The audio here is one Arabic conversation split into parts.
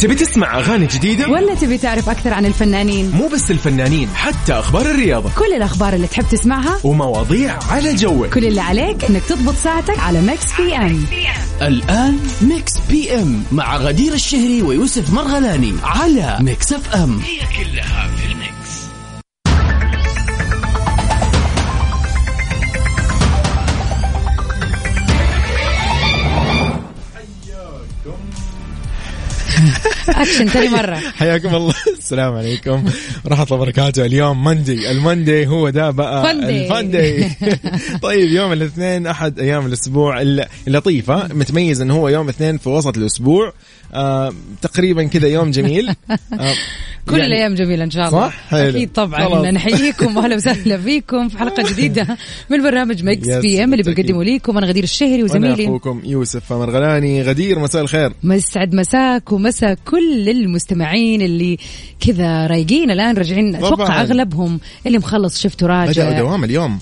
تبي تسمع أغاني جديدة ولا تبي تعرف أكثر عن الفنانين؟ مو بس الفنانين، حتى أخبار الرياضة، كل الأخبار اللي تحب تسمعها ومواضيع على جوك. كل اللي عليك إنك تضبط ساعتك على ميكس بي ام. الآن ميكس بي ام مع غدير الشهري ويوسف مرغلاني على ميكس اف ام. هي كلها في الميكس. أكشن تاني مرة. حياكم الله. السلام عليكم ورحمة الله وبركاته. اليوم الماندي هو ده بقى الفاندي. طيب يوم الاثنين أحد أيام الأسبوع اللطيفة، متميز أنه هو يوم اثنين في وسط الأسبوع. تقريبا كذا يوم جميل. كل يعني الأيام جميلة إن شاء الله. صح؟ حلو. أكيد طبعا. نحييكم وأهلا وسهلا فيكم في حلقة جديدة من برنامج ميكس بي ام اللي بقدمه ليكم أنا غدير الشهري وزميلي أخوكم يوسف مرغلاني. غدير مساء الخير. مسعد مساك ومساء كل المستمعين اللي كذا رايقين الآن راجعين. أتوقع أغلبهم اللي مخلص شفت وراجع. بدأ دوام اليوم.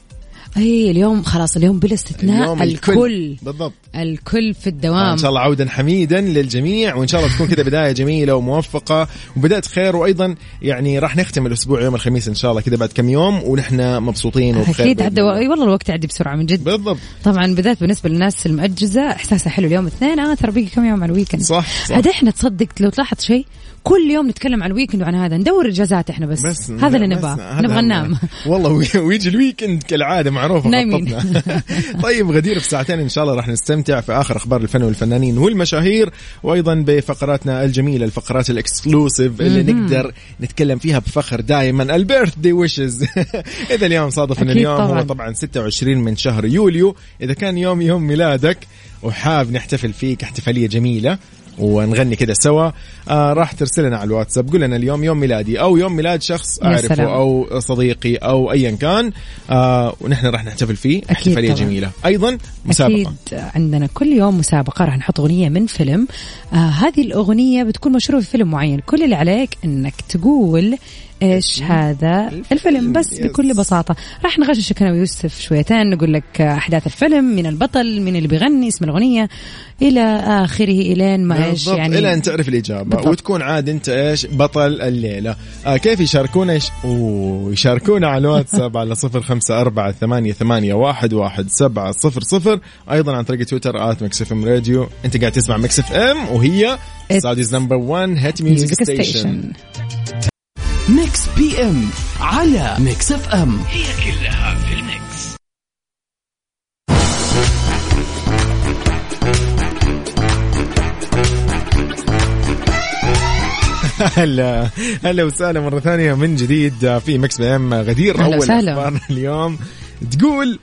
أي اليوم خلاص، اليوم بلا استثناء الكل بالضبط الكل في الدوام. إن شاء الله عودا حميدا للجميع، وإن شاء الله تكون كذا بداية جميلة وموفقة وبداية خير. وأيضا يعني راح نختم الأسبوع يوم الخميس إن شاء الله كذا بعد كم يوم ونحن مبسوطين وبخير. أكيد عدى والله الوقت عدي بسرعة من جد. بالضبط. طبعا بالذات بالنسبة للناس المؤجزة إحساسها حلو اليوم اثنين. ترى بيجي كم يوم على الويكند. صح. هذا إحنا تصدق لو تلاحظ شيء كل يوم نتكلم عن الويكند وعن هذا ندور إجازات إحنا بس هذا اللي نبغى ننام والله. ويجي الويكند كالعادة معروفة نايمين. طيب غدير في ساعتين إن شاء الله راح نستمتع في آخر أخبار الفن والفنانين والمشاهير، وأيضا بفقراتنا الجميلة، الفقرات الإكسكلوسيف اللي نقدر نتكلم فيها بفخر دائما. البيرث دي ويشز. إذا اليوم صادف أن اليوم هو طبعا 26 من شهر يوليو، إذا كان يوم ميلادك وحاب نحتفل فيك احتفالية جميلة ونغني كده سوا، راح ترسلنا على الواتساب قول لنا اليوم يوم ميلادي أو يوم ميلاد شخص أعرفه أو صديقي أو أيا كان، ونحن راح نحتفل فيه احتفالية جميلة. أيضا مسابقة، أكيد عندنا كل يوم مسابقة راح نحط أغنية من فيلم. هذه الأغنية بتكون مشهورة في فيلم معين، كل اللي عليك إنك تقول إيش هذا الفيلم بس بكل بساطة. راح نغششك أنا ويوسف شويتين، نقول لك أحداث الفيلم، من البطل، من اللي بيغني، اسم الأغنية إلى آخره، إلين ما إيش يعني إلى أن تعرف الإجابة بالضبط. وتكون عاد أنت إيش بطل الليلة. كيف يشاركونا؟ يشاركونا على الواتساب على 0548811700. أيضا عن طريق تويتر @mixfmradio. أنت قاعد تسمع ميكس اف ام وهي سعوديز نمبر 1 هيت ميوزك ستيشن. ميكس بي ام على ميكس اف ام، هي كلها في الميكس. هلا وسهلا مرة ثانية من جديد في ميكس بي ام. غدير أول أخبارنا اليوم تقول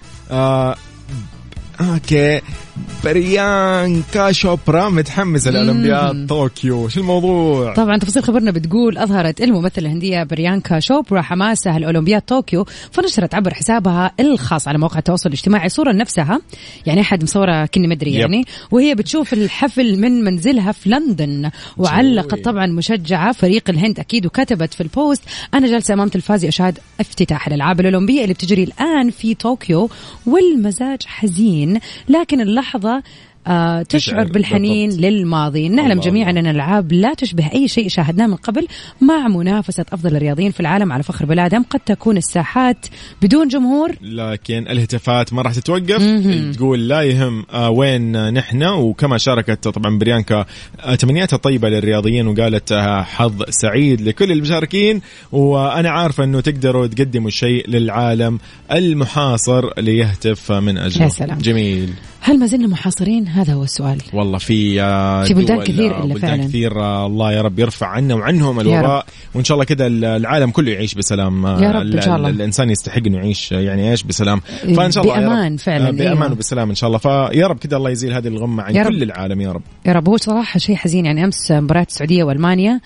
اوكي بريانكا شوبرا متحمسة لأولمبياد طوكيو. شو الموضوع؟ طبعا تفاصيل خبرنا بتقول أظهرت الممثلة الهندية بريانكا شوبرا حماسها لأولمبياد طوكيو، فنشرت عبر حسابها الخاص على مواقع التواصل الاجتماعي صورة نفسها، يعني أحد مصورة كني مدري يعني، وهي بتشوف الحفل من منزلها في لندن. وعلقت طبعا مشجعة فريق الهند أكيد، وكتبت في البوست: أنا جالسة أمام تلفازي أشاهد افتتاح الألعاب الأولمبية اللي بتجري الآن في طوكيو، والمزاج حزين لكن اللحظة تشعر بالحنين للماضي. نعلم جميعا أن الألعاب لا تشبه أي شيء شاهدناه من قبل، مع منافسة أفضل الرياضيين في العالم على فخر بلادهم. قد تكون الساحات بدون جمهور لكن الهتافات ما راح تتوقف. تقول لا يهم وين نحن. وكما شاركت طبعا بريانكا تمنياتها طيبة للرياضيين، وقالت حظ سعيد لكل المشاركين، وأنا عارفة أنه تقدروا تقدموا شيء للعالم المحاصر ليهتف من أجله. جميل. هل ما زلنا محاصرين؟ هذا هو السؤال. والله في بلدان كثير إلا فعلا كثير. الله يا رب يرفع عنا وعنهم الوباء، وإن شاء الله كده العالم كله يعيش بسلام. يا رب إن شاء الله. الإنسان يستحق إنه يعيش يعني إيش بسلام، فإن شاء الله بأمان فعلا، بأمان وبسلام إن شاء الله. فيا رب كده الله يزيل هذه الغمة عن كل العالم يا رب. يا رب. هو صراحة شيء حزين يعني، أمس مباراة السعودية وألمانيا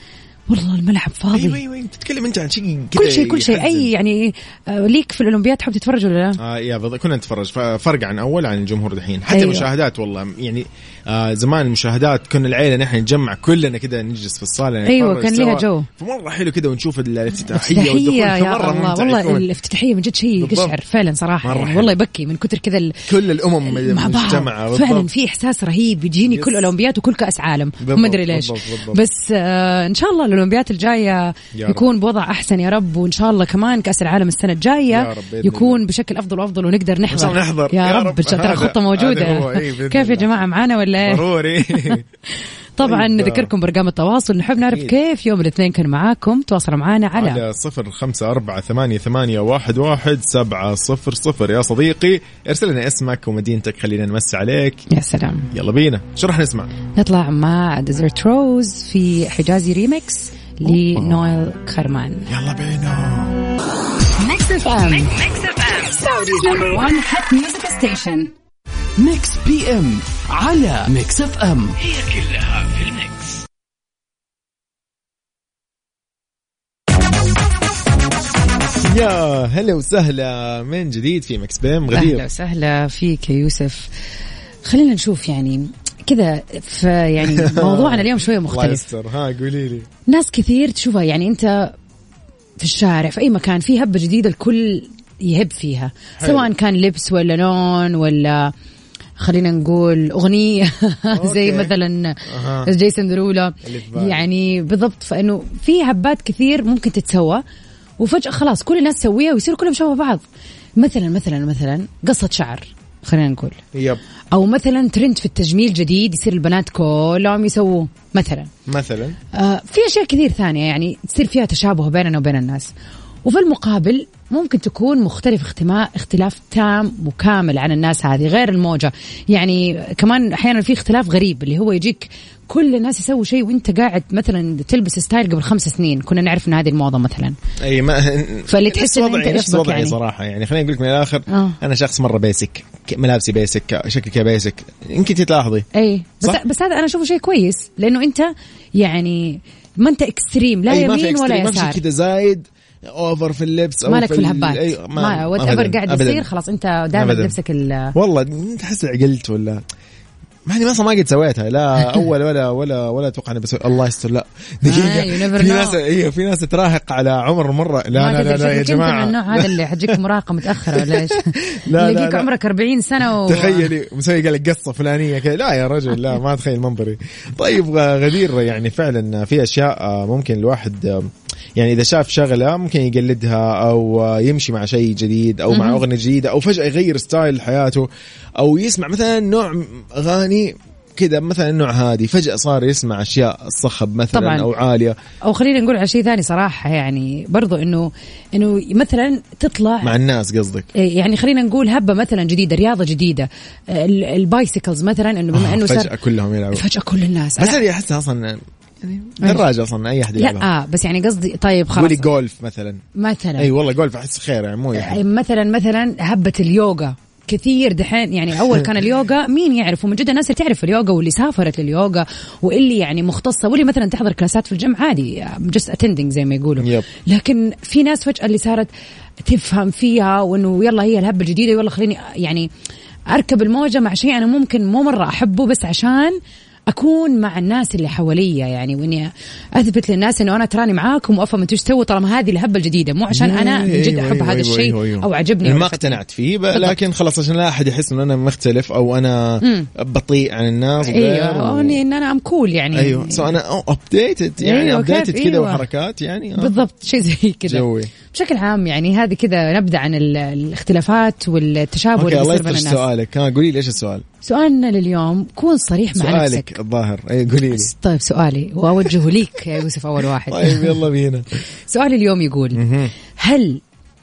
والله الملعب فاضي. ايوه تتكلم انت عن شيء كل شيء اي يعني ليك في الاولمبياد تحب تتفرج ولا لا؟ يا كنا نتفرج. فرق عن اول عن الجمهور دحين حتى المشاهدات والله يعني زمان المشاهدات كنا العيله نحن نتجمع كلنا كده نجلس في الصاله يعني ايوه كان لها جو مره حلو كده ونشوف الافتتاحيه والدخول مره ممتع. والله الافتتاحيه من جد شيء قشعر فعلا صراحه يعني والله يبكي من كتر كذا كل الامم مجتمعه فعلا في احساس رهيب يجيني كل اولمبياد وكل كاس عالم ما ادري ليش بالضبط. بس ان شاء الله الاولمبياد الجايه يكون بوضع احسن يا رب وان شاء الله كمان كاس العالم السنه الجايه يكون بشكل افضل وافضل ونقدر نحضر يا رب ترى خطه موجوده كيف يا جماعه معانا ولا ضروري طبعا نذكركم برقم التواصل نحب نعرف كيف يوم الاثنين كان معاكم تواصلوا معنا على 0548811700 يا صديقي ارسل لنا اسمك ومدينتك خلينا نمسي عليك. يا سلام يلا بينا شو رح نسمع؟ نطلع مع ديزرت روز في حجازي ريميكس لنويل كارمان. يلا بينا ميكس اف ام سعوديز نمبر 1 هات ميوزك ستيشن. ميكس بي ام على ميكس اف ام هي كلها في الميكس. يا هلا وسهلا من جديد في ميكس بي ام. غدير اهلا وسهلا فيك يا يوسف. خلينا نشوف يعني كذا في يعني موضوعنا اليوم شويه مختلف. قولي لي. ناس كثير تشوفها يعني انت في الشارع في اي مكان في هبه جديده الكل يهب فيها سواء كان لبس ولا لون ولا خلينا نقول أغنية زي مثلا جيسون درولا يعني بالضبط. فإنه في هبات كثير ممكن تتسوى وفجأة خلاص كل الناس تسويها ويصيروا كلهم شبه بعض. مثلا قصة شعر خلينا نقول أو مثلا ترند في التجميل جديد يصير البنات كلهم يسووه مثلا في أشياء كثير ثانية يعني تصير فيها تشابه بيننا وبين الناس. وفي المقابل ممكن تكون مختلف اختلاف تام وكامل عن الناس هذه غير الموجة. يعني كمان أحيانا في اختلاف غريب اللي هو يجيك كل الناس يسووا شيء وانت قاعد مثلا تلبس ستايل قبل 5 سنين كنا نعرف ان هذه الموضة مثلا اي ما فاللي تحس ان انت نفس وضعي يعني. صراحة يعني خليني اقول لك من الاخر انا شخص مرة بيسك ملابسي بيسك شكلي بيسك يمكن تلاحظي اي بس هذا انا اشوفه شيء كويس لانه انت يعني ما انت اكستريم لا يمين ولا يسار كذا زايد اوفر في اللبس او مالك في الهبات ما واتأبر قاعد يصير خلاص انت دائما لبسك والله تحس عقلت ولا ما أصلا ما قد سويتها لا أول ولا أتوقع أنا بسوي الله يستر لا دقيقة في ناس تراهق على عمر مرة لا يا جماعة النوع هذا اللي حجيك مراهقة متأخرة ولا إيش لا عمرك 40 سنة تخيلي مسوي قال لك قصة فلانية كذا لا يا رجل لا ما تخيل منظري. طيب غدير يعني فعلا في أشياء ممكن الواحد يعني إذا شاف شغلة ممكن يقلدها أو يمشي مع شيء جديد أو مع أغنية جديدة أو فجأة يغير ستايل حياته أو يسمع مثلا نوع أغاني كده مثلا النوع هذه فجأة صار يسمع أشياء صخب مثلا طبعاً. أو عالية أو خلينا نقول على شيء ثاني صراحة يعني برضو إنه مثلا تطلع مع الناس قصدك يعني خلينا نقول هبة مثلا جديدة رياضة جديدة البايسيكلز مثلا إنه بما إنه فجأة كلهم يلعبوا فجأة كل الناس بس أنا أحس أصلا دراجة أصلا أي أحد يلعبها لا بس يعني قصدي طيب خلاص قولي جولف مثلا أي والله جولف أحس خير يعني مو مثلا هبة اليوغا كثير دحين يعني أول كان اليوغا مين يعرف ومن جد الناس اللي تعرف اليوغا واللي سافرت لليوغا واللي يعني مختصة واللي مثلا تحضر كلاسات في الجيم عادي just attending زي ما يقولوا لكن في ناس فجأة اللي صارت تفهم فيها وإنه يلا هي الهبة الجديدة يلا خليني يعني أركب الموجة مع شيء أنا ممكن مو مرة أحبه بس عشان أكون مع الناس اللي حواليا يعني وإني أثبت للناس إنه أنا تراني معاكم وأفهم أنتوا تسووا طالما هذه الهبة الجديدة مو عشان أنا من جد أحب هذا الشيء أو عجبني ما اقتنعت فيه لكن خلاص عشان لا أحد يحس إنه أنا مختلف أو أنا بطيء عن الناس أيوة إن أنا أم كول يعني أيوة سو أنا updated يعني updated كذا وحركات يعني بالضبط شيء زي كذا بشكل عام يعني هذه كذا نبدأ عن الاختلافات والتشابه اللي يصير بين الناس. سؤالك قولي لي إيش السؤال؟ سؤالنا لليوم كون صريح مع نفسك. سؤالك الظاهر قولي لي. طيب سؤالي وأوجهه ليك يا يوسف أول واحد. طيب يلا بينا. سؤالي اليوم يقول هل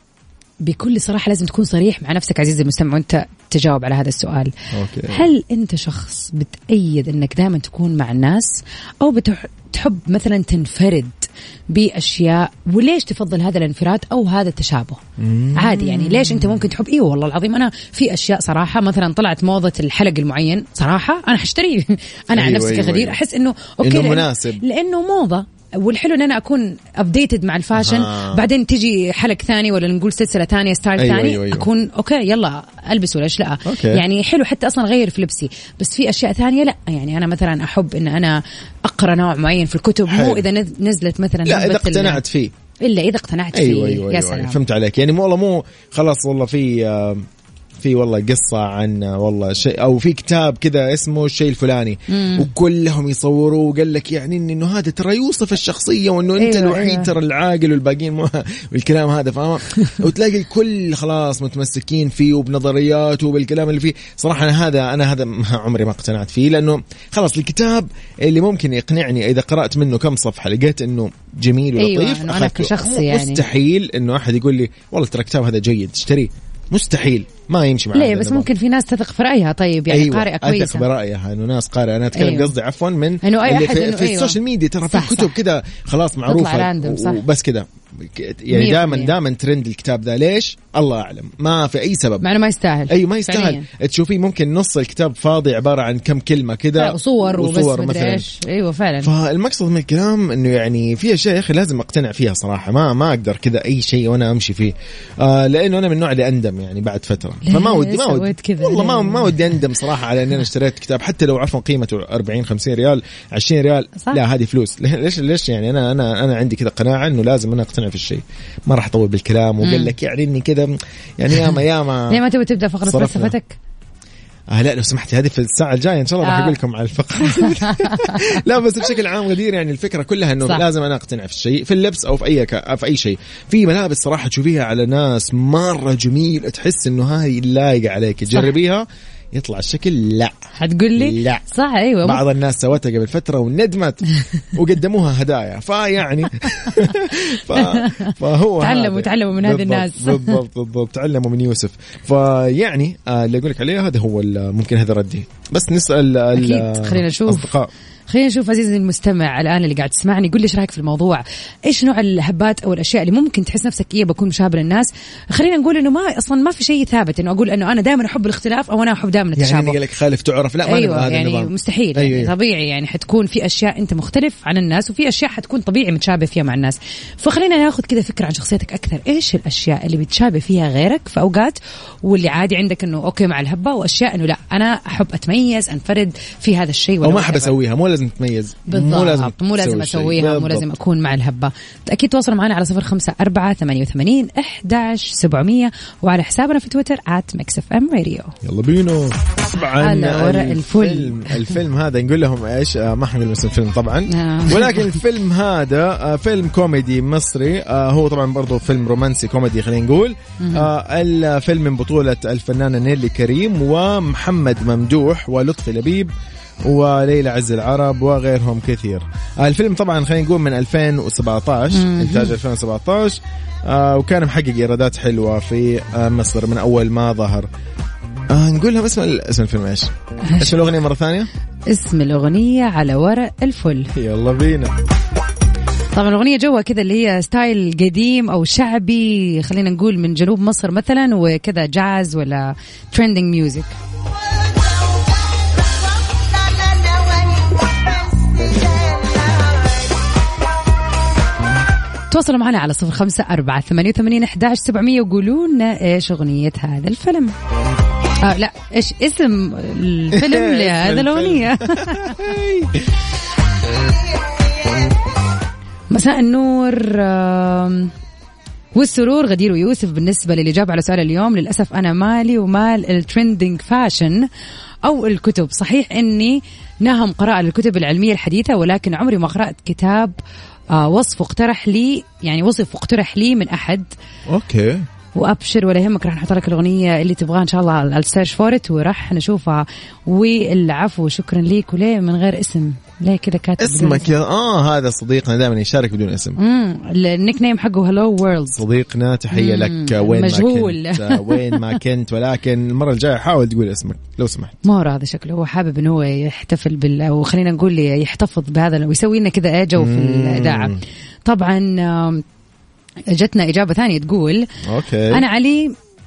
بكل صراحة لازم تكون صريح مع نفسك عزيزي المستمع وأنت تجاوب على هذا السؤال. هل أنت شخص بتأيد أنك دائما تكون مع الناس أو تحب مثلا تنفرد بأشياء وليش تفضل هذا الانفراد أو هذا التشابه عادي يعني ليش أنت ممكن تحب والله العظيم أنا في أشياء صراحة مثلا طلعت موضة الحلق المعين صراحة أنا حشتريه أنا عن نفسي كغدير أحس إنه أوكي إنه مناسب لأنه موضة والحلو ان انا اكون ابديتد مع الفاشن. بعدين تيجي حلقة ثاني ولا نقول سلسلة ثانية ستايل ثاني اكون اوكي يلا البس ولا لا. يعني حلو حتى اصلا غير في لبسي. بس في اشياء ثانية لا، يعني انا مثلا احب ان انا اقرا نوع معين في الكتب، مو اذا نزلت مثلا لا اذا اقتنعت فيه، الا اذا اقتنعت فيه. يا سلام. فهمت عليك. يعني مو خلاص والله في والله قصة عن والله شيء أو في كتاب كذا اسمه الشيء الفلاني وكلهم يصوروا وقال لك يعني إنه هذا ترى يوصف الشخصية وإنه أنت الوحيد ترى العاقل والباقيين والكلام هذا فاهم. وتلاقي الكل خلاص متمسكين فيه وبنظرياته وبالكلام اللي فيه. صراحة أنا هذا عمري ما اقتنعت فيه، لأنه خلاص الكتاب اللي ممكن يقنعني إذا قرأت منه كم صفحة لقيت إنه جميل ولطيف أنا كشخص يعني مستحيل إنه أحد يقول لي والله ترى الكتاب هذا جيد اشتريه، مستحيل ما يمشي معاه. ليه بس ممكن في ناس تثق في رأيها. طيب يعني قارئة كويسة أثق برأيها إنه ناس قارئة. أنا أتكلم قصدي عفوا من إنه أي أحد في السوشيال ميديا ترى في كتب كده خلاص معروفة وبس كده يعني دائما ترند الكتاب ذا. ليش؟ الله أعلم، ما في أي سبب، مع إنه ما يستاهل. أيوة ما يستاهل. تشوفيه ممكن نص الكتاب فاضي عبارة عن كم كلمة كده وصور مثلا. أيوة فعلا. فالمقصد من الكلام إنه يعني في أشياء يا أخي لازم أقتنع فيها صراحة. ما أقدر كذا أي شيء وأنا أمشي فيه لأنه أنا من النوع اللي أندم يعني بعد فترة. فما ودي والله ما ودي أندم صراحة على إن أنا اشتريت كتاب حتى لو عفوا قيمته 40-50 ريال 20 ريال صح؟ لا هذه فلوس. ليش يعني أنا عندي كذا قناعة إنه لازم أنا أقتنع في الشيء. ما راح أطول بالكلام وقال لك يعني إني كذا يعني ياما ليه ما تبي تبدأ فقرة فلسفتك؟ لا لو سمحتي هذه في الساعة الجاية إن شاء الله راح أقول لكم على الفقرة. لا بس بشكل عام غدير يعني الفكرة كلها إنه لازم أنا أقتنع في الشيء، في اللبس أو في أي شيء. في ملابس صراحة تشوفيها على ناس مرة جميل تحس إنه هاي لايقة عليك، تجربيها يطلع الشكل لا هتقول لي لا صح. ايوه بعض الناس سوتها قبل فتره وندمت وقدموها هدايا فيعني فهو تعلموا من هذه الناس. بالضبط تعلموا من يوسف. فيعني اللي اقول لك عليه هذا هو ممكن هذا ردي. بس نسال خلينا نشوف اصدقاء. خلينا نشوف عزيزي المستمع الآن اللي قاعد تسمعني، قل لي ايش رايك في الموضوع. ايش نوع الهبات او الاشياء اللي ممكن تحس نفسك بكون مشابه للناس. خلينا نقول انه ما في شيء ثابت انه اقول انه انا دائما احب الاختلاف او انا احب دائما التشابه. يعني قال لك خالف تعرف لا ما أيوة هذا يعني النظام مستحيل. يعني طبيعي يعني حتكون في اشياء انت مختلف عن الناس وفي اشياء حتكون طبيعي متشابه فيها مع الناس. فخلينا ناخذ كذا فكره عن شخصيتك اكثر. ايش الاشياء اللي بتشابه فيها غيرك في اوقات واللي عادي عندك انه اوكي مع الهبه، واشياء انه لا انا احب اتميز انفرد في هذا الشيء او ما احب اسويها. مو لازم تتميز، مو لازم أسويها، مو لازم أكون مع الهبة. أكيد تواصلوا معنا على 0548811700 وعلى حسابنا في تويتر @mixfmradio. يلا بينا. طبعا الفيلم هذا نقول لهم إيش ما حنقول اسم الفيلم طبعا ولكن الفيلم هذا فيلم كوميدي مصري. هو طبعا برضو فيلم رومانسي كوميدي خلينا نقول. الفيلم من بطولة الفنانة نيلي كريم ومحمد ممدوح ولطفي لبيب وليلى عز العرب وغيرهم كثير. الفيلم طبعا خلينا نقول من 2017 إنتاج 2017 وكان محقق إيرادات حلوة في مصر من أول ما ظهر. نقول لهم اسم الفيلم إيش الأغنية مرة ثانية؟ اسم الأغنية على ورق الفل. يلا بينا. طبعا الأغنية جوا كذا اللي هي ستايل قديم أو شعبي خلينا نقول من جنوب مصر مثلا وكذا جاز ولا تريندينج ميوزك. تواصلوا معنا على 0548811700 وقولوا لنا ايش أغنية هذا الفيلم. لا ايش اسم الفيلم لهذا الأغنية. مساء النور والسرور غدير ويوسف. بالنسبة للإجابة على سؤال اليوم للأسف أنا مالي ومال الترندينج فاشن أو الكتب. صحيح أني نهم قراءة للكتب العلمية الحديثة ولكن عمري ما قرأت كتاب وصف واقترح لي من أحد. أوكي وأبشر ولا يهمك راح نحط لك الأغنية اللي تبغاها إن شاء الله على السيرش فورت وراح نشوفها. والعفو شكرا ليك. وليه من غير اسم؟ ليه كذا كاتب اسمك هذا صديقنا دائما يشارك بدون اسم. النيك نيم حقه هلو وورلد. صديقنا تحية لك وين مجهول. ما كنت وين ما كنت ولكن المرة الجاية حاول تقول اسمك لو سمحت. ما هو هذا شكله هو حابب إنه هو يحتفل وخلينا نقول يحتفظ بهذا ويسوي لنا كذا جو في الإذاعة. طبعا جتنا إجابة ثانية تقول أوكي. أنا علي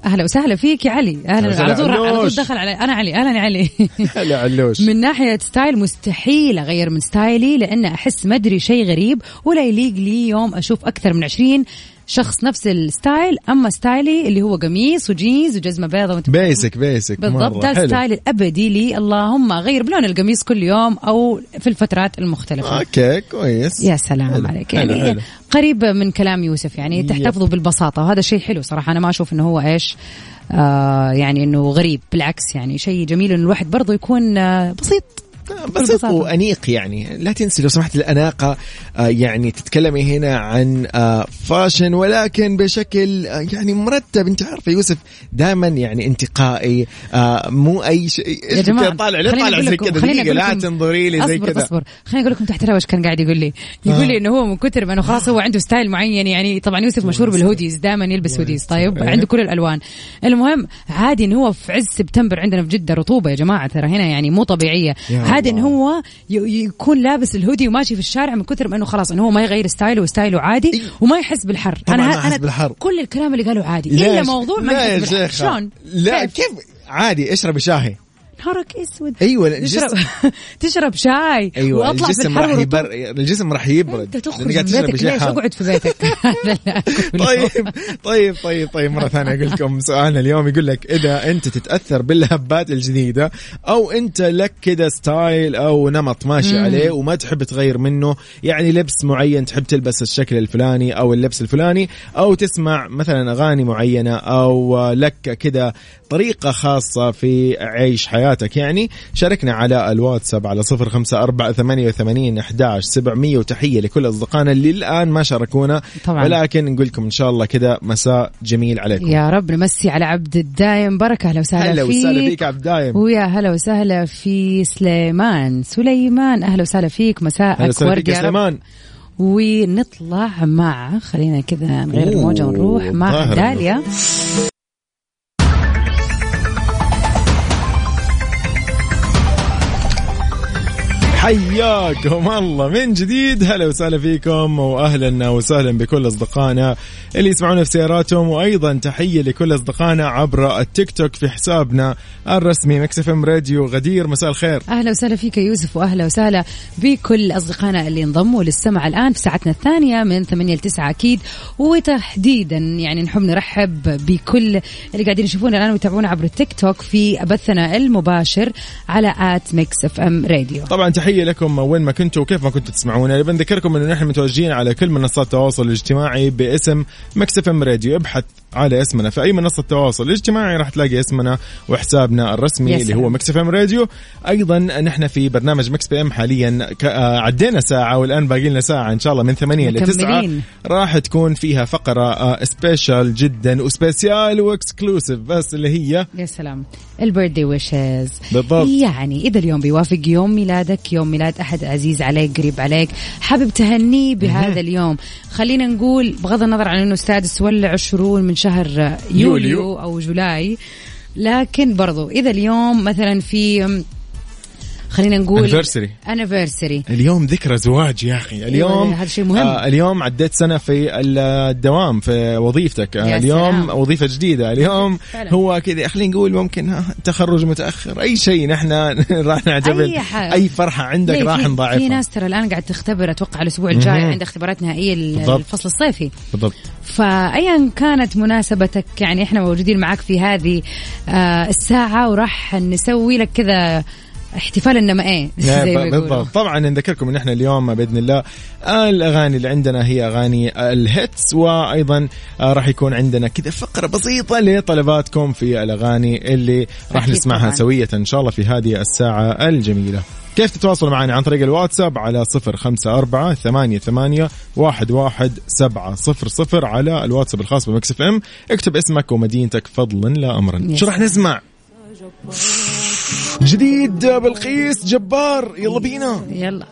اهلا وسهلا فيك يا علي. اهلا. على طول دخل علي. انا علي. اهلا يا علي. هلا علوش. من ناحيه ستايل مستحيل اغير من ستايلي، لان احس مدري شيء غريب ولا يليق لي يوم اشوف اكثر من 20 شخص نفس الستايل. اما ستايلي اللي هو قميص وجينز وجزمه بيضاء بيسك بالضبط، ده الستايل الابدي لي. اللهم اغير بلون القميص كل يوم او في الفترات المختلفه. اوكي كويس. يا سلام عليك. يعني حلو. قريب من كلام يوسف، يعني تحتفظوا بالبساطه، وهذا شيء حلو صراحه. انا ما اشوف انه هو ايش يعني انه غريب، بالعكس يعني شيء جميل انه الواحد برضه يكون بسيط وأنيق. يعني لا تنسي لو سمحت الأناقة. يعني تتكلمي هنا عن فاشن ولكن بشكل يعني مرتب. انت عارفة يوسف دائما يعني انتقائي، مو أي شيء. يا جماعة طالع زي كذا دقيقة، لا تنظري لي زي كذا. أصبر خليني أقول لكم تحت الهواء كان قاعد يقول لي إنه هو من كتر ما إنه خلاص هو عنده ستايل معين. يعني طبعا يوسف مشهور بالهوديز، دائما يلبس هوديز. طيب عنده كل الألوان. المهم عادي إنه هو في عز سبتمبر عندنا في جدة رطوبة يا جماعة، ترى هنا يعني مو طبيعية. عادي إنه هو يكون لابس الهودي وماشي في الشارع من كثر ما انه خلاص انه هو ما يغير ستايله وستايله عادي وما يحس بالحر. انا بالحر. كل الكلام اللي قالوا عادي الا موضوع ما يحس بالحر. شلون؟ لا كيف عادي اشرب شاي. نهارك اسود. ايوه تشرب شاي. أيوة واطلع في الحر الجسم راح يبرد. انت تخرج من بيتك ليش؟ اقعد في بيتك. طيب مره ثانيه اقول لكم سؤالنا اليوم يقول لك اذا انت تتاثر باللهبات الجديده او انت لك كذا ستايل او نمط ماشي عليه وما تحب تغير منه، يعني لبس معين تحب تلبس الشكل الفلاني او اللبس الفلاني، او تسمع مثلا اغاني معينه، او لك كذا طريقه خاصه في عيش حياتك، يعني شاركنا على الواتساب على 0548811700. وتحية لكل أصدقائنا اللي الآن ما شاركونا طبعا. ولكن نقول لكم إن شاء الله كذا مساء جميل عليكم يا رب. نمسي على عبد الدايم بركة. أهلا وسهلا فيك عبد الدايم. ويا هلا وسهلا في سليمان. أهلا وسهلا فيك. مساءك ورد يا رب. ونطلع مع خلينا كذا نغير الموجة ونروح مع داليا. حياكم الله من جديد. هلا وسهلا فيكم واهلا وسهلا بكل اصدقائنا اللي يسمعونا في سياراتهم، وايضا تحيه لكل اصدقائنا عبر التيك توك في حسابنا الرسمي ميكس اف ام راديو. غدير مساء الخير. اهلا وسهلا فيك يوسف، واهلا وسهلا بكل اصدقائنا اللي انضموا للسمع الان في ساعتنا الثانيه من 8 ل 9 اكيد. وتحديدا يعني نحب نرحب بكل اللي قاعدين يشوفونا الان ويتابعونا عبر التيك توك في بثنا المباشر على @ميكس اف ام راديو. طبعا تحيه لكم وين ما كنتوا وكيف ما كنتوا تسمعونا. بنذكركم انه نحن متواجدين على كل منصات التواصل الاجتماعي باسم ميكس اف ام راديو. ابحث على اسمنا في اي منصه تواصل الاجتماعي راح تلاقي اسمنا وحسابنا الرسمي اللي هو ميكس اف ام راديو. ايضا نحن في برنامج ميكس بي ام حاليا عدينا ساعه والان باقي لنا ساعه ان شاء الله من 8 ل 9 راح تكون فيها فقره سبيشال جدا وسبيسيال واكسكلوسيف بس اللي هي يا سلام البيرثدي ويشز. بالضبط. يعني اذا اليوم بيوافق يوم ميلادك، يوم ميلاد احد عزيز عليك قريب عليك، حابب تهنيه بهذا اليوم، خلينا نقول بغض النظر عن انه السادس ولا 20 من شهر يوليو او جولاي، لكن برضو اذا اليوم مثلا في خلينا نقول anniversary اليوم ذكرى زواج يا أخي اليوم هذا شيء مهم. اليوم عديت سنة في الدوام في وظيفتك اليوم سلام. وظيفة جديدة اليوم هو كذا خلينا نقول ممكن تخرج متأخر أي شيء نحن راح نعجبن أي فرحة عندك راح نضاعفها. في ناس ترى الآن قاعد تختبر أتوقع الأسبوع الجاي عند اختبارات نهائية الفصل الصيفي بالضبط. فأيا كانت مناسبتك يعني إحنا موجودين معك في هذه الساعة وراح نسوي لك كذا احتفال انما ايه زي ما بالضبط. طبعا نذكركم ان احنا اليوم باذن الله الاغاني اللي عندنا هي اغاني الهيتس، وايضا راح يكون عندنا كذا فقره بسيطه لطلباتكم في الاغاني اللي راح نسمعها سويه ان شاء الله في هذه الساعه الجميله. كيف تتواصلوا معنا؟ عن طريق الواتساب على 0548811700 على الواتساب الخاص بميكس اف ام. اكتب اسمك ومدينتك فضلا لا امرا. شو راح نسمع؟ جديد بلقيس جبار. يلا بينا يلا.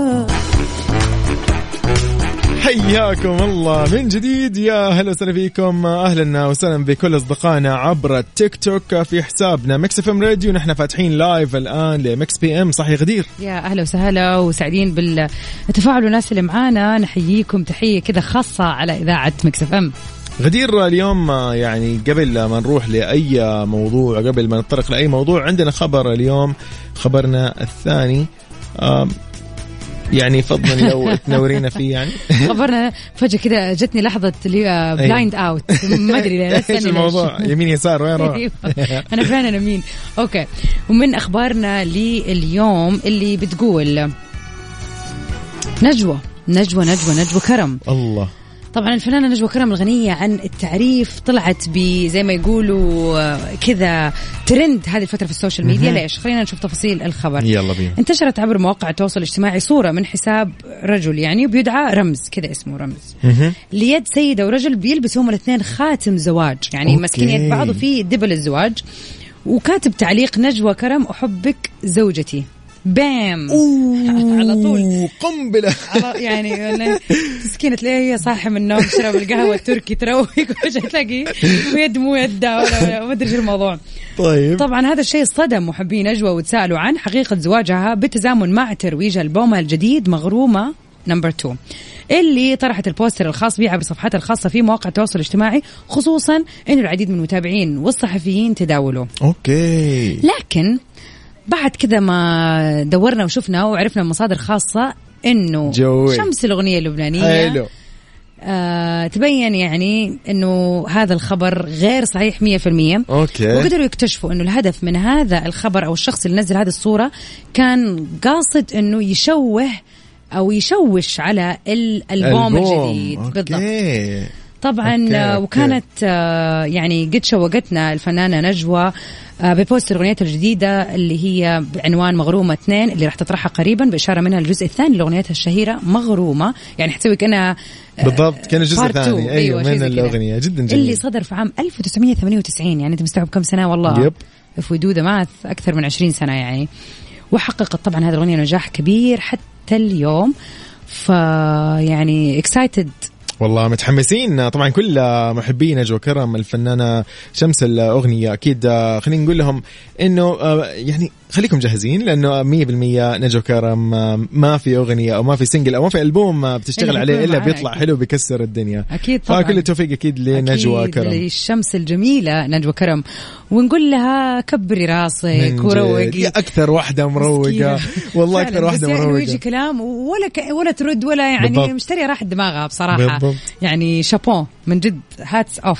حياكم الله من جديد. يا هلا وسهلا فيكم، اهلا وسهلا بكل اصدقائنا عبر التيك توك في حسابنا ميكس اف ام راديو. نحن فاتحين لايف الان لميكس بي ام. صح يا غدير؟ يا اهلا وسهلا وسعيدين بالتفاعل والناس اللي معانا. نحييكم تحيه كذا خاصه على اذاعه ميكس اف ام. غدير اليوم يعني قبل ما نروح لأي موضوع، قبل ما نتطرق لأي موضوع، عندنا خبر اليوم، خبرنا الثاني يعني فضلا لو تنورينا فيه. يعني خبرنا فجأة كده جتني لحظة اللي بلايند اوت، ما ادري ليش الموضوع يمين يسار وين راح. انا فعلا مين. اوكي، ومن اخبارنا لليوم اللي بتقول نجوى كرم. الله. طبعا الفنانة نجوى كرم الغنية عن التعريف طلعت زي ما يقولوا كذا ترند هذه الفترة في السوشيال ميديا. ليش؟ خلينا نشوف تفاصيل الخبر. يلا بينا. انتشرت عبر مواقع التواصل الاجتماعي صورة من حساب رجل يعني بيدعى رمز، كذا اسمه رمز، ليد سيدة ورجل بيلبسوا هم الاثنين خاتم زواج، يعني ماسكين يد بعض وفي دبل الزواج، وكاتب تعليق نجوى كرم أحبك زوجتي. بام على طول قنبلة يعني تسكينة تلاقيه هي صاحي من النوم تشرب القهوة التركي تروق وجه تلاقي ويد مو يده ولا ما أدري شو الموضوع. طيب طبعا هذا الشيء صدم محبي نجوى وتسألوا عن حقيقة زواجها بالتزامن مع ترويج ألبومها الجديد مغرومة نمبر 2 اللي طرحت البوستر الخاص بها عبر صفحتها الخاصة في مواقع التواصل الاجتماعي، خصوصا إنه العديد من المتابعين والصحفيين تداولوا. أوكي. لكن بعد كذا ما دورنا وشفنا وعرفنا من مصادر خاصة إنه شمس الأغنية اللبنانية تبين يعني إنه هذا الخبر غير صحيح 100%. أوكي. وقدروا يكتشفوا إنه الهدف من هذا الخبر أو الشخص اللي نزل هذه الصورة كان قاصد إنه يشوه أو يشوش على الألبوم الجديد. بالضبط. طبعا أوكي. وكانت يعني قد شوقتنا الفنانة نجوى ببوستر أغنيتها الجديدة اللي هي بعنوان مغرومة 2 اللي راح تطرحها قريبا، بإشارة منها الجزء الثاني لأغنيتها الشهيرة مغرومة، يعني حتسوي كأنها بالضبط كان الجزء الثاني أيوة من الأغنية جدا جميل اللي صدر في عام 1998. يعني أنت مستوعب كم سنة والله. يب. if we do the math أكثر من 20 سنة يعني. وحققت طبعا هذه الأغنية نجاح كبير حتى اليوم، فيعني excited والله متحمسين. طبعا كل محبي نجوى كرم الفنانة شمس الأغنية أكيد خلينا نقول لهم إنه يعني خليكم جاهزين، لأنه 100% نجوى كرم ما في أغنية أو ما في سنجل أو ما في ألبوم بتشتغل عليه إلا بيطلع أكيد. حلو بيكسر الدنيا أكيد طبعا. فكل التوفيق أكيد لنجوى كرم، للشمس الجميلة نجوى كرم، ونقول لها كبري راسك وروقي. أكثر واحدة مروقة والله أكثر واحدة مروقة، يعني يجي كلام ولا ترد ولا يعني بالضبط. مشتري راحة دماغها بصراحة بالضبط. يعني شابو من جد هاتس أوف.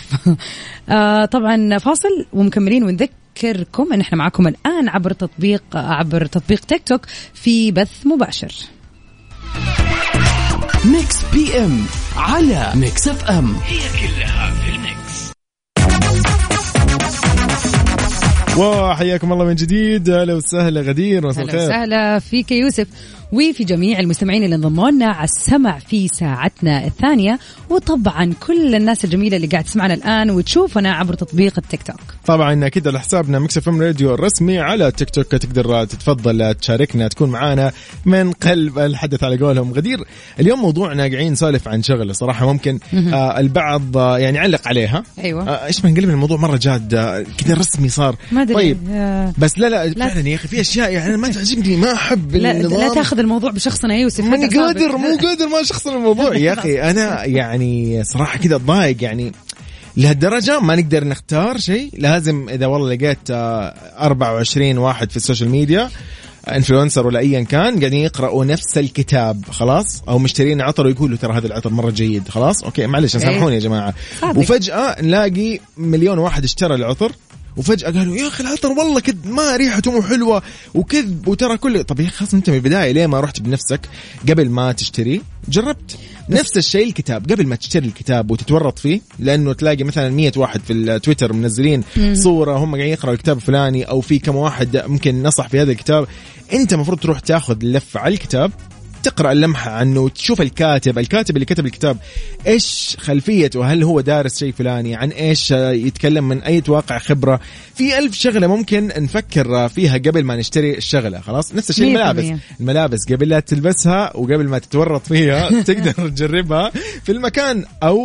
طبعا فاصل ومكملين ونذكركم أن احنا معكم الآن عبر تطبيق تيك توك في بث مباشر. ميكس بي ام على ميكس اف ام، هي كلها في الميكس. وحياكم الله من جديد. اهلا وسهلا غدير، مساء الخير. اهلا وسهلا فيك يوسف وفي جميع المستمعين اللي انضموا لنا على السمع في ساعتنا الثانية، وطبعا كل الناس الجميلة اللي قاعد تسمعنا الآن وتشوفنا عبر تطبيق التيك توك. طبعا كده على حسابنا ميكس اف ام راديو الرسمي على تيك توك، تقدر تتفضل تشاركنا تكون معانا من قلب الحدث على قولهم. غدير اليوم موضوعنا قاعدين نسولف عن شغله صراحة ممكن البعض يعني علق عليها. ايوه ايش ما نقلب الموضوع مرة جاد كذا رسمي صار. طيب بس لا فعلا يا اخي في اشياء يعني ما تعجبني، ما احب النظام. لا تاخذ الموضوع بشخصنا يا يوسف، مو قادر ما شخص الموضوع يا أخي. أنا يعني صراحة كده ضايق يعني لهالدرجة ما نقدر نختار شيء. لازم إذا والله لقيت 24 واحد في السوشيال ميديا انفلونسر ولا أيا كان قاعدين يقرأوا نفس الكتاب خلاص، أو مشترين عطر ويقولوا ترى هذا العطر مرة جيد خلاص أوكي معلش سامحوني يا جماعة، وفجأة نلاقي مليون واحد اشترى العطر وفجأة قالوا يا أخي العطر والله كذب ما ريحته مو حلوة وكذب وترى كله. طب يا خلاص أنت من البداية ليه ما رحت بنفسك قبل ما تشتري جربت نفس الشيء الكتاب قبل ما تشتري الكتاب وتتورط فيه؟ لأنه تلاقي مثلا 100 واحد في التويتر منزلين صورة هم قاعدين يقرأوا الكتاب الفلاني أو في كم واحد ممكن نصح في هذا الكتاب. أنت مفروض تروح تاخذ لفة على الكتاب، تقرأ اللمحة عنه، تشوف الكاتب اللي كتب الكتاب إيش خلفيته، هل هو دارس شيء فلاني، عن إيش يتكلم، من أي واقع خبرة. في 1000 شغلة ممكن نفكر فيها قبل ما نشتري الشغلة خلاص. نفس الشيء الملابس قبل لا تلبسها وقبل ما تتورط فيها تقدر تجربها في المكان أو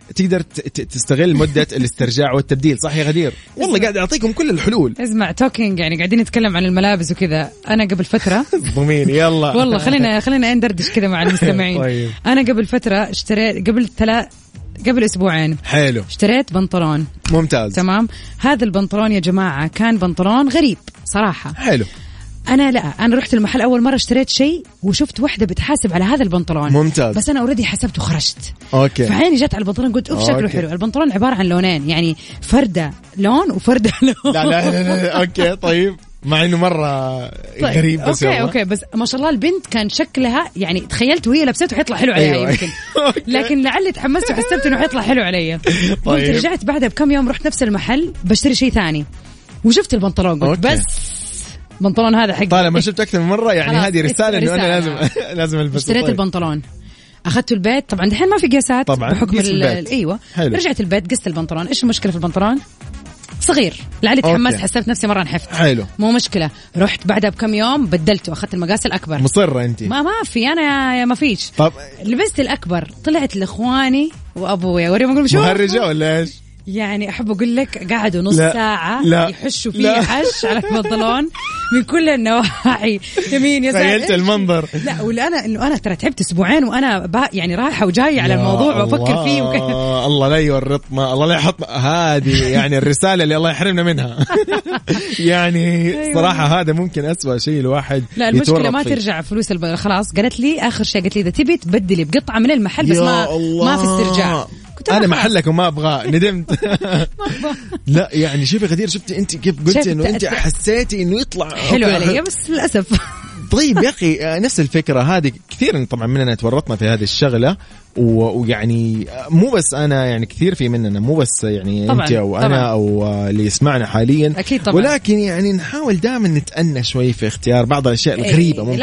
تقدر تستغل مدة الاسترجاع والتبديل. صح يا غدير؟ والله قاعد أعطيكم كل الحلول. اسمع توكينج يعني قاعدين نتكلم عن الملابس وكذا. أنا قبل فترة ضمين يلا والله خلينا ندردش كذا مع المستمعين. طيب. أنا قبل فترة اشتريت قبل أسبوعين حلو اشتريت بنطلون ممتاز تمام. هذا البنطلون يا جماعة كان بنطلون غريب صراحة. حلو. أنا رحت المحل أول مرة اشتريت شيء وشفت واحدة بتحاسب على هذا البنطلون ممتاز. بس أنا أوريدي حسبت وخرجت. أوكي. فعيني جت على البنطلون قلت شكله حلو. البنطلون عبارة عن لونين يعني فردة لون وفردة لون. لا أوكي طيب مع إنه مرة غريب بس أوكي بس ما شاء الله البنت كان شكلها يعني تخيلت وهي لبسته حيطلع حلو عليها. أيوة. يمكن لكن لعلي تحمست وحسبت إنه حيطلع حلو علي. قلت رجعت بعدها بكم يوم رحت نفس المحل بشتري شيء ثاني وشفت البنطلون قلت بس البنطلون هذا حق. طالما شفت أكثر من مرة يعني هذه رسالة إنه أنا لازم ألبسه. اشتريت البنطلون أخذته البيت طبعا دحين ما في قياسات طبعا بحكم أيوة. حلو. رجعت البيت قست البنطلون. إيش المشكلة في البنطلون؟ صغير لعلي تحمست حسبت نفسي مرة نحفت. حلو مو مشكلة. رحت بعدها بكم يوم بدلته أخذت المقاس الأكبر. مصرة أنت؟ ما في أنا ما فيش. طب لبست الأكبر طلعت لإخواني وأبويا وريهم أقول شو مهرجة ولا إيش؟ يعني أحب أقول لك قعدوا نص ساعة يحشوا فيه حش على البنطلون من كل النواحي يمين يسار. تخيلت المنظر. لا ولا إنه أنا ترى تعبت أسبوعين وأنا يعني رايحة وجاية على الموضوع وأفكر فيه الله لا يورطنا الله لا يحط هذه يعني الرسالة اللي الله يحرمنا منها. يعني صراحة هذا ممكن أسوأ شيء الواحد. لا المشكلة ما ترجع فلوس خلاص. قالت لي آخر شيء قالت لي إذا تبي تبدلي بقطعة من المحل بس ما في استرجاع. أنا محلك وما أبغى ندمت. لا يعني شوفي غدير شفتي أنت كيف قلتي إنه أنت حسيتي إنه يطلع حلو علي بس للأسف. طيب يا أخي نفس الفكرة هذه كثير طبعا مننا تورطنا في هذه الشغلة ويعني مو بس أنا يعني كثير في مننا مو بس يعني طبعًا أنت أو أنا طبعًا. أو اللي يسمعنا حاليا أكيد طبعًا. ولكن يعني نحاول دائما نتأنى شوي في اختيار بعض الأشياء الغريبة ممكن.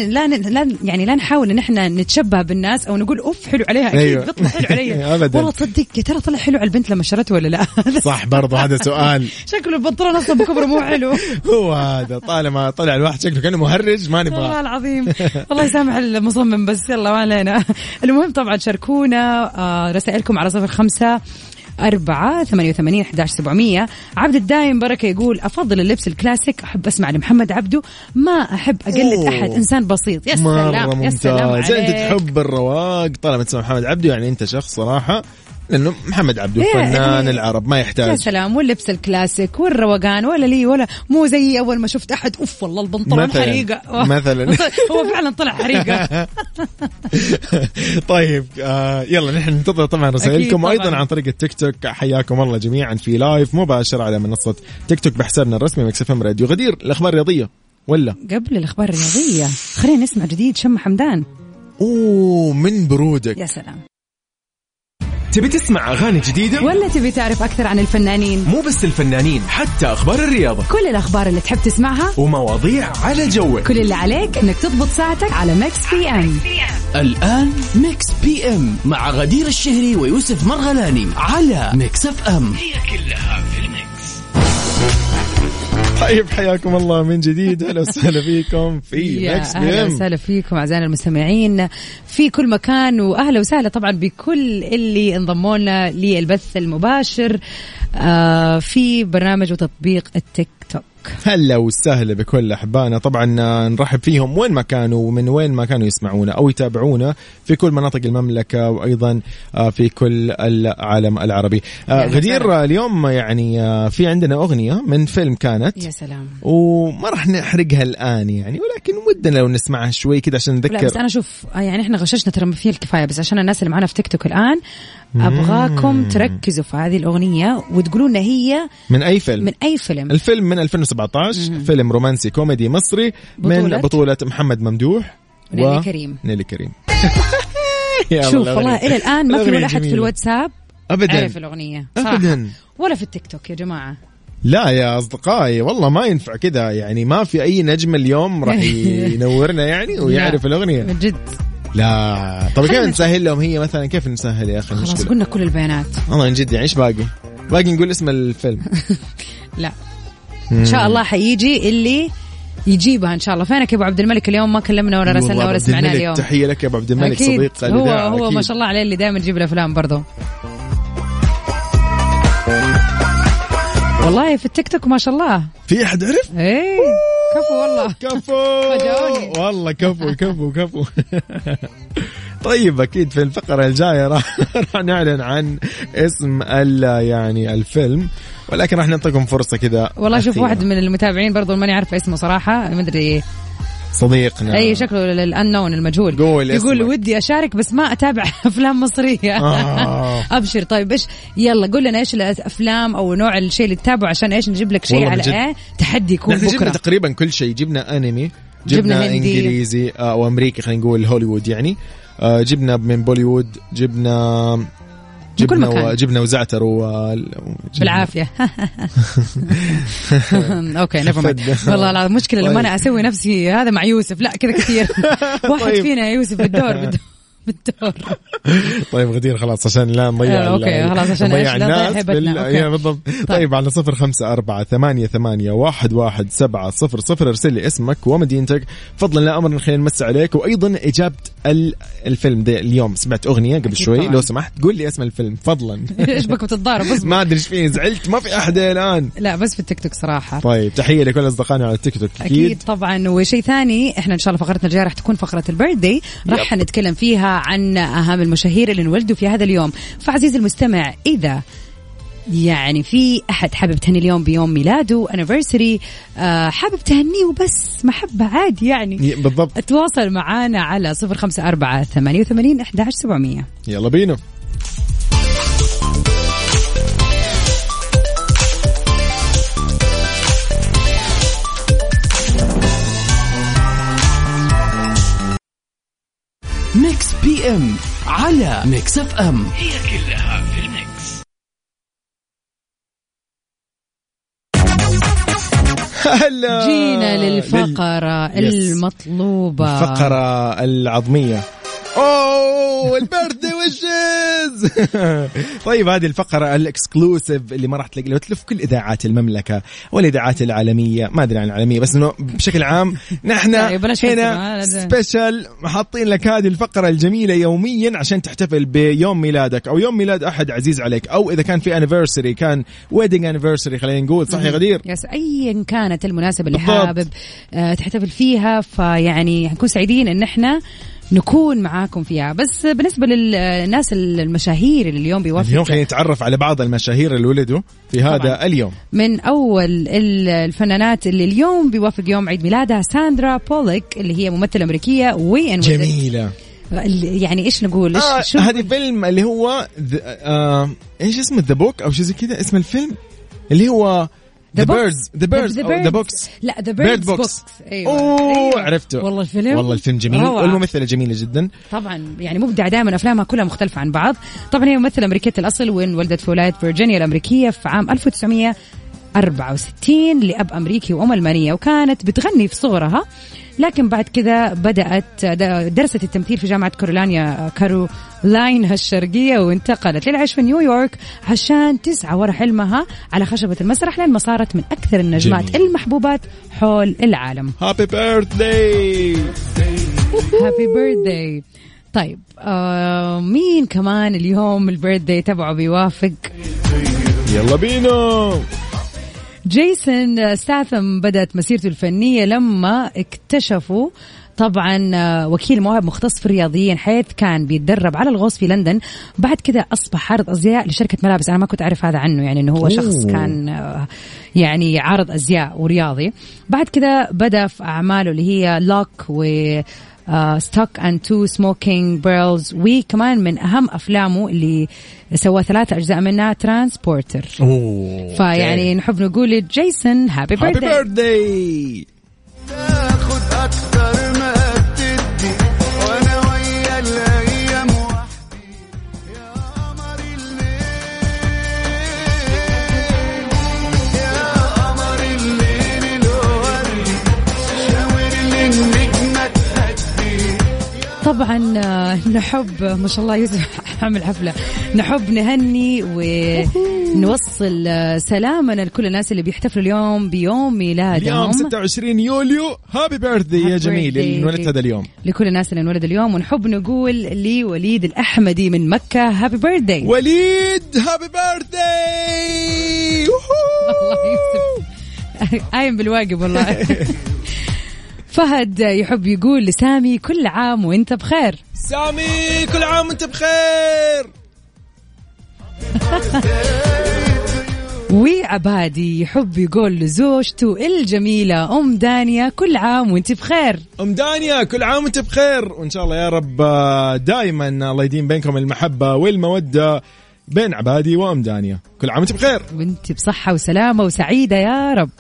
لا نحاول إن إحنا نتشبه بالناس أو نقول أوف حلو عليها أكيد أيوة. بيطلع حلو عليها. والله تصدق يا ترى طلع حلو على البنت لما شرته ولا لا؟ صح برضو هذا سؤال. شكله البنطلون أصلا بكبره مو حلو. هو هذا طالما طلع الواحد شكله كأنه مهرج ما نبغى. والله العظيم الله يسامح المصمم بس يلا ما علينا. المهم طبعا شاركونا رسائلكم على 0548811700. عبد الدايم بركة يقول أفضل اللبس الكلاسيك. أحب أسمع لمحمد عبده ما أحب أقلد أحد إنسان بسيط. يا سلام يا سلام عليك. أنت تحب الرواق طالما تسمع محمد عبده يعني أنت شخص صراحة لأنه محمد عبده فنان العرب ما يحتاج. يا سلام واللبس الكلاسيك والروقان ولا لي ولا مو زي أول ما شفت أحد أوف والله البنطلون حريقة مثلا. هو فعلا طلع حريقة. طيب يلا نحن ننتظر طبعا رسائلكم وأيضا عن طريق التيك توك. حياكم الله جميعا في لايف مباشر على منصة تيك توك بحسابنا الرسمي ميكس اف ام راديو. غدير الأخبار الرياضية ولا قبل الأخبار الرياضية خلينا نسمع جديد شم حمدان. من برودك. يا سلام. تبي تسمع أغاني جديدة ولا تبي تعرف أكثر عن الفنانين؟ مو بس الفنانين حتى أخبار الرياضة كل الأخبار اللي تحب تسمعها ومواضيع على جوك. كل اللي عليك إنك تضبط ساعتك على ميكس بي ام. الآن ميكس بي ام مع غدير الشهري ويوسف مرغلاني على ميكس اف ام. هي كلها في الميكس. طيب حياكم الله من جديد. أهلا وسهلا فيكم في ميكس بي ام. أهلا وسهلا فيكم أعزائنا المستمعين في كل مكان وأهلا وسهلا طبعا بكل اللي انضموا لنا للبث المباشر في برنامج وتطبيق التيك توك. هلا وسهلا بكل أحبائنا طبعا نرحب فيهم وين ما كانوا ومن وين ما كانوا يسمعونا أو يتابعونا في كل مناطق المملكة وأيضا في كل العالم العربي. غدير اليوم يعني في عندنا أغنية من فيلم كانت. يا سلام. وما راح نحرقها الآن يعني ولكن ودنا لو نسمعها شوي كده عشان نذكر. لا بس أنا شوف يعني إحنا غششنا ترى فيها الكفاية بس عشان الناس اللي معنا في تيك توك الآن أبغاكم تركزوا في هذه الأغنية وتقولون هي من أي فيلم. من أي فيلم. الفيلم من 2017 فيلم رومانسي كوميدي مصري من بطولة محمد ممدوح ونيلي كريم. نيلي كريم. شوف والله إلى الآن ما في ولا أحد في الواتساب أبدا عرف الأغنية أبدا ولا في التيك توك يا جماعة. لا يا أصدقائي والله ما ينفع كذا يعني ما في أي نجم اليوم راح ينورنا يعني ويعرف الأغنية من جد. لا طب كيف نسهل لهم هي مثلا كيف نسهل يا أخي خلاص قلنا كل البيانات والله من جد يعني إيش باقي نقول اسم الفيلم. لا إن شاء الله حيجي اللي يجيبها إن شاء الله. فينك يا أبو عبد الملك اليوم ما كلمنا ولا رسلنا ولا سمعنا اليوم. تحية لك يا أبو عبد الملك أكيد. صديق هو ما شاء الله عليه اللي دائما يجيب الأفلام برضو. والله في التيك توك ما شاء الله في أحد عرف؟ ايه كفو والله كفو والله كفو طيب أكيد في الفقرة الجاية راح نعلن عن اسم يعني الفيلم، ولكن راح نعطيكم فرصة كذا. والله شوف واحد من المتابعين برضو ماني عارفة اسمه صراحة، ما أدري صديقنا أي شكله الأنون المجهول يقول ودي أشارك بس ما أتابع أفلام مصرية. أبشر طيب إيش يلا قول لنا إيش الأفلام أو نوع الشيء اللي تتابعه عشان إيش نجيب لك شيء على إيه تحدي يكون بكرة. جبنا تقريبا كل شيء، جبنا أنمي، جبنا إنجليزي أو أمريكي خلينا نقول هوليوود يعني، جبنا من بوليوود، جبنا وزعتر بالعافية. اوكي نفهم. والله لا مشكلة لما انا اسوي نفسي هذا مع يوسف، لا كذا كثير. واحد فينا يا يوسف بالدور. طيب غدير خلاص عشان لا نضيع اوكي خلاص عشان نضيع الناس بالضبط. طيب على 0548811700 ارسل لي اسمك ومدينتك فضلا لا امر خلينا نمس عليك، وايضا اجابه الفيلم ده اليوم. سمعت اغنيه قبل شوي لو سمحت قول لي اسم الفيلم فضلا. ايش بك بتتضارب بس ما ادري ايش فيه، زعلت ما في احد الان. لا بس في التيك توك صراحه. طيب تحيه لكل اصدقائنا على التيك توك اكيد طبعا. وشيء ثاني احنا ان شاء الله فقرتنا الجايه راح تكون فقره البيرثدي، راح نتكلم فيها عن أهم المشاهير اللي انولدوا في هذا اليوم. فعزيزي المستمع إذا يعني في أحد حابب تهني اليوم بيوم ميلاده anniversary، حابب تهنيه وبس محبة عادي يعني بالضبط، تواصل معنا على 0548811700. يلا بينا. ميكس بي ام على ميكس اف ام، هي كلها في الميكس. جينا للفقرة المطلوبة، الفقرة العظمية. اوه البردي والجيز. طيب هذه الفقرة الاكسكلوسيف اللي ما راح تلاقي لو تلف كل اذاعات المملكة والاذاعات العالمية، ما ادري عن العالمية بس انه بشكل عام نحن هنا سبيشال حاطين لك هذه الفقرة الجميلة يوميا عشان تحتفل بيوم ميلادك او يوم ميلاد احد عزيز عليك، او اذا كان في anniversary كان wedding anniversary خلينا نقول، صح يا غدير؟ يس ايا كانت المناسبة اللي حابب تحتفل فيها، فيعني نكون سعيدين ان احنا نكون معاكم فيها. بس بالنسبة للناس المشاهير اللي اليوم بيوافق اليوم خلينا نتعرف على بعض المشاهير اللي ولدوا في هذا طبعاً. اليوم من أول الفنانات اللي اليوم بيوافق يوم عيد ميلادها ساندرا بوليك اللي هي ممثلة أمريكية جميلة. يعني إيش نقول هذه فيلم اللي هو إيش اسمه The Book أو شيء زي كذا اسم الفيلم اللي هو The Books. لا The Bird Box. أيوة. عرفته والله الفيلم جميل والممثلة جميلة جدا طبعا، يعني مبدع دائما، أفلامها كلها مختلفة عن بعض. طبعا هي ممثلة أمريكية الأصل وين ولدت في ولاية فيرجينيا الأمريكية في عام 1964 لأب أمريكي وأم ألمانية، وكانت بتغني في لكن بعد كذا بدأت درست التمثيل في جامعة كارولاينا الشرقية، وانتقلت للعيش في نيويورك عشان تسعى وراء حلمها على خشبة المسرح لما صارت من أكثر النجمات المحبوبات حول العالم. هابي بيرثداي. هابي بيرثداي. طيب مين كمان اليوم البيرثداي تبعه بيوافق؟ يلا بينا. جيسون ستاثم بدأت مسيرته الفنية لما اكتشفوا طبعا وكيل مواهب مختص في الرياضيين، حيث كان بيتدرب على الغوص في لندن. بعد كده أصبح عارض أزياء لشركة ملابس. أنا ما كنت أعرف هذا عنه، يعني إنه هو شخص كان يعني عارض أزياء ورياضي. بعد كده بدأ في أعماله اللي هي لوك و ستوك أند تو سموكينج بيرلز، وكمان من أهم أفلامه اللي سوى 3 أجزاء منها ترانسبورتر. فيعني نحب نقول جيسون هابي بيرثداي. تاخد أكتر ما بتدي وأنا ويا الأيام وحدي يا قمر الليل يا قمر الليل الوردي شاور للنجمة تهدي. طبعا نحب ما شاء الله يوسف عامل حفلة، نحب نهني نوصل سلامنا لكل الناس اللي بيحتفلوا اليوم بيوم ميلادهم. اليوم 26 يوليو، هابي بيرثدي يا جميل اللي انولدت هذا اليوم. لكل الناس اللي انولد اليوم، ونحب نقول لوليد الأحمدي من مكة هابي بيرثدي. وليد هابي بيرثدي. الله يوسف قايم بالواجب والله. فهد يحب يقول لسامي كل عام وانت بخير. سامي كل عام وانت بخير. وعبادي يحب يقول لزوجته الجميلة أم دانيا كل عام وانت بخير. أم دانيا كل عام وانت بخير، وإن شاء الله يا رب دائما الله يديم بينكم المحبة والمودة بين عبادي وأم دانيا. كل عام وانت بخير وانت بصحة وسلامة وسعيدة يا رب.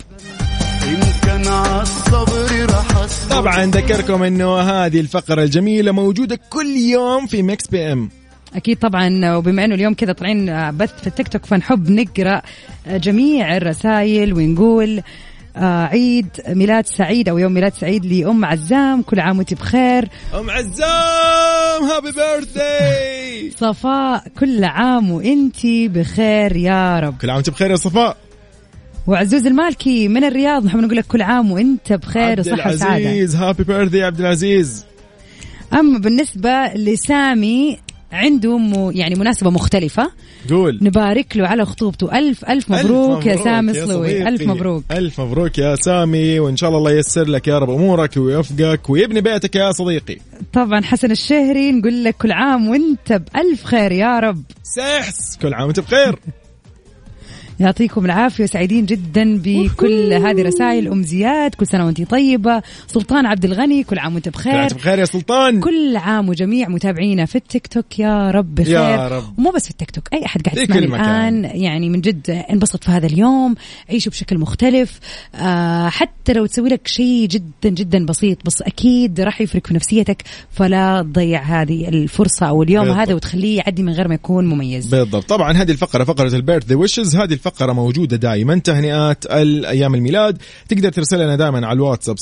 طبعا ذكركم انه هذه الفقرة الجميلة موجودة كل يوم في ميكس بي ام. أكيد طبعا، وبما أنه اليوم كذا طالعين بث في التيك توك فنحب نقرأ جميع الرسائل ونقول عيد ميلاد سعيد أو يوم ميلاد سعيد لأم عزام، كل عام وانت بخير. أم عزام هابي بيرثدي. صفاء كل عام وانت بخير يا رب. كل عام وانت بخير يا صفاء. وعزوز المالكي من الرياض نحب نقول لك كل عام وانت بخير وصحة وسعادة. عبد العزيز هابي بيرثدي عبد العزيز. أما بالنسبة لسامي عنده يعني مناسبة مختلفة، قول نبارك له على خطوبته. ألف مبروك يا سامي صلوي. ألف مبروك. ألف مبروك يا سامي، وإن شاء الله ييسر لك يا رب أمورك ويوفقك ويبني بيتك يا صديقي. طبعا حسن الشهري نقول لك كل عام وانت بألف خير يا رب. سحس كل عام وانت بخير. يعطيكم العافية وسعيدين جدا بكل هذه رسائل. أم زياد كل سنة وانتي طيبة. سلطان عبد الغني كل عام وانت بخير. بخير يا سلطان. كل عام وجميع متابعينا في التيك توك يا رب بخير يا رب. ومو بس في التيك توك، أي أحد قاعد يسمعني الآن يعني من جد انبسط في هذا اليوم، عيشوا بشكل مختلف. حتى لو تسوي لك شيء جدا جدا بسيط بس أكيد راح يفرق في نفسيتك، فلا تضيع هذه الفرصة أو اليوم بالضبط. هذا وتخليه يعدي من غير ما يكون مميز. بالضبط. طبعا هذه الفقرة فقرة البيرثدي ويشز، هذه الفقرة موجودة دائما، تهنئات الأيام الميلاد. تقدر ترسل لنا دائما على الواتساب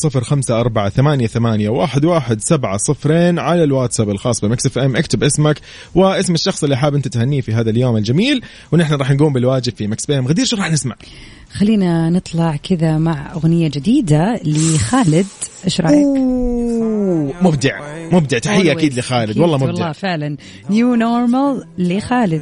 0548811700 على الواتساب الخاص بميكس اف ام. اكتب اسمك واسم الشخص اللي حاب انت تهنيه في هذا اليوم الجميل، ونحن راح نقوم بالواجب في ميكس بي ام. غدير شو راح نسمع؟ خلينا نطلع كذا مع أغنية جديدة لخالد، ايش رايك؟ مبدع مبدع، تحية أكيد لخالد، والله مبدع والله فعلا. نيو نورمال لخالد.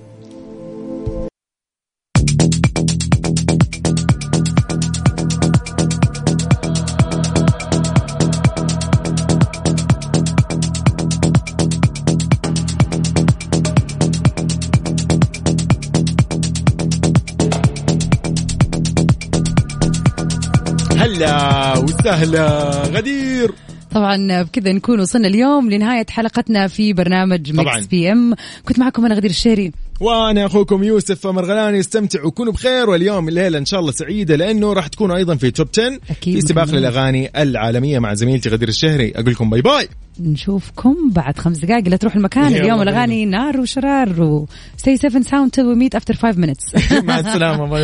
هلا وسهلا غدير. طبعا بكذا نكون وصلنا اليوم لنهاية حلقتنا في برنامج ميكس بي ام. كنت معكم أنا غدير الشهري وأنا أخوكم يوسف مرغلاني. استمتعوا وكونوا بخير، واليوم الليلة إن شاء الله سعيدة لأنه راح تكونوا أيضا في توب 10 في سباق للأغاني العالمية مع زميلتي غدير الشهري. أقول لكم باي باي، نشوفكم بعد 5 دقائق. لا تروح المكان، اليوم الأغاني نار وشرار. Stay safe and sound till we meet after 5 minutes. مع السلامة.